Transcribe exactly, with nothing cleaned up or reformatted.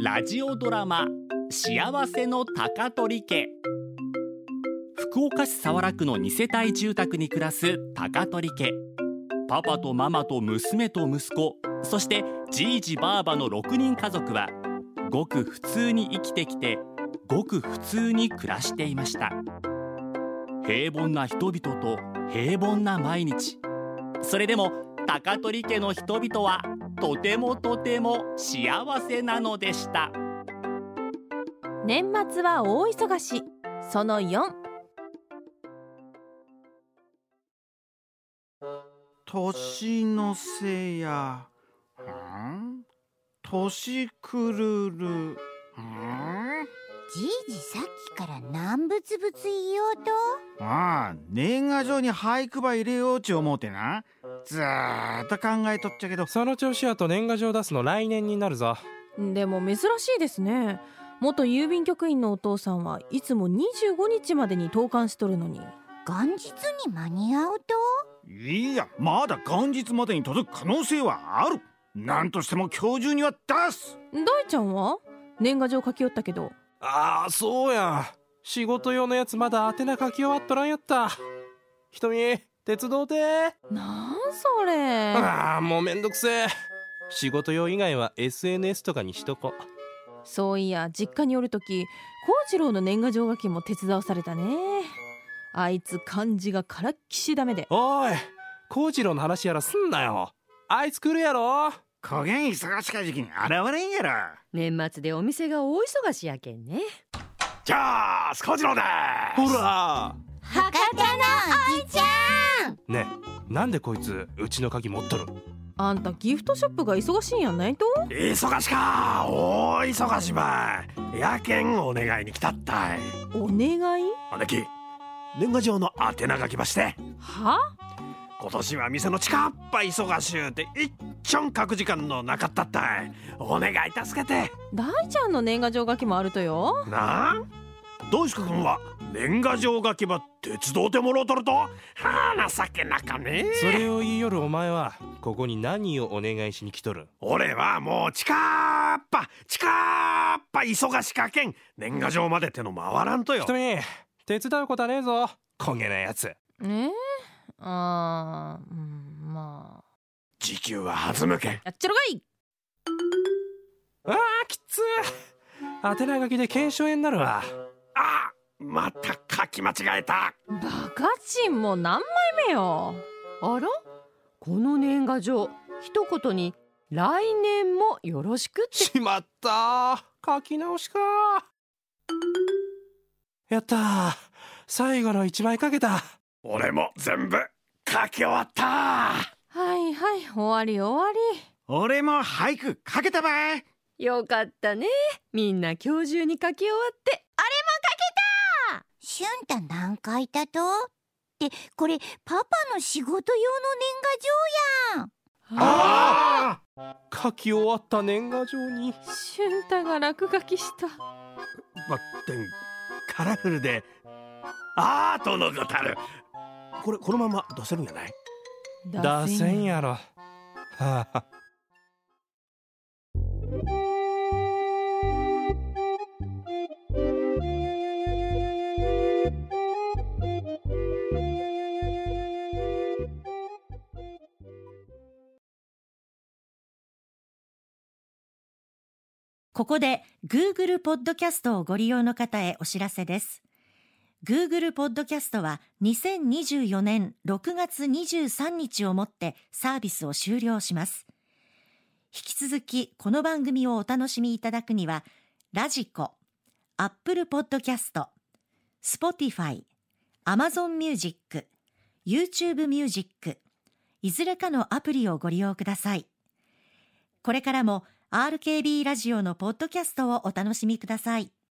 ラジオドラマ幸せの高取家。福岡市早良区のに世帯住宅に暮らす高取家。パパとママと娘と息子、そしてじいじばあばのろくにん家族はごく普通に生きてきて、ごく普通に暮らしていました。平凡な人々と平凡な毎日。それでも高取家の人々はとてもとても幸せなのでした。 年末は大忙し、そのよん。 年のせや、ん年くるる、んじいじさっきから何ぶつぶつ言いようと。 ああ、年賀状に俳句ば入れようち思うてな、ずーっと考えとっちゃけど。 その調子やと年賀状出すの来年になるぞ。 でも珍しいですね。元郵便局員のお父さんはいつもにじゅうごにちまでに投函しとるのに。 元日に間に合うと。 いや、まだ元日までに届く可能性はある。なんとしても今日中には出す。 大ちゃんは年賀状書きよったけど。 ああ、そうや、仕事用のやつまだ宛名書き終わっとらんやった。ひとみ、手伝うて。 なんそれ。 ああ、もうめんどくせえ。仕事用以外は エスエヌエス とかにしとこ。 そういや、実家におるとき幸次郎の年賀状書きも手伝わされたね。あいつ漢字がからっきしダメで。 おい、幸次郎の話やらすんなよ。あいつ来るやろ。 加減忙しか時期に現れんやろ。 年末でお店が大忙しやけんね。 じゃあ、幸次郎でほら、 博多のおじちゃん。 ねえ、なんでこいつうちの鍵持っとる？ あんたギフトショップが忙しいんやないと。 忙しか、大忙しばい。やけんお願いに来たったい。 お願い？ 姉貴、年賀状の宛名書きばして。 は？ 今年は店の近っぱ忙しゅうて一ちょん書く時間のなかったったい。お願い助けて。 大ちゃんの年賀状書きもあるとよ。 なあ、どうしく君は年賀状書きば手伝うてもろうとると。はあ、情けなかね。 それを言いよるお前はここに何をお願いしに来とる？ 俺はもう近っぱ近っぱ忙しかけん、年賀状まで手の回らんとよ。 ひとみ、手伝うことはねえぞ、こげなやつ。 えー、あー、うん、まあ時給は弾むけん。 やっちゃろがい。 あー、きつー。宛名書きで検証炎になるわ。 あ、また書き間違えた。 バカチン、もう何枚目よ。 あら、この年賀状一言に来年もよろしくって。 しまったー、書き直しか。やったー、最後の一枚書けた。 俺も全部書き終わった。 はいはい、終わり終わり。 俺も俳句書けたばい。 よかったね。みんな今日中に書き終わって。あれも書けた。 しゅんた何書いたと？ってこれパパの仕事用の年賀状やん。 ああ、書き終わった年賀状にしゅんたが落書きした。 ばってんカラフルでアートのごたる。これこのまま出せるんやない？ 出せんやろ。はあ、 ここで Google ポッドキャストをご利用の方へお知らせです。Google ポッドキャストはにせんにじゅうよねんろくがつにじゅうさんにちをもってサービスを終了します。引き続きこの番組をお楽しみいただくには、ラジコ、Apple ポッドキャスト、Spotify、Amazon Music、YouTube Music、いずれかのアプリをご利用ください。これからもアールケービー ラジオのポッドキャストをお楽しみください。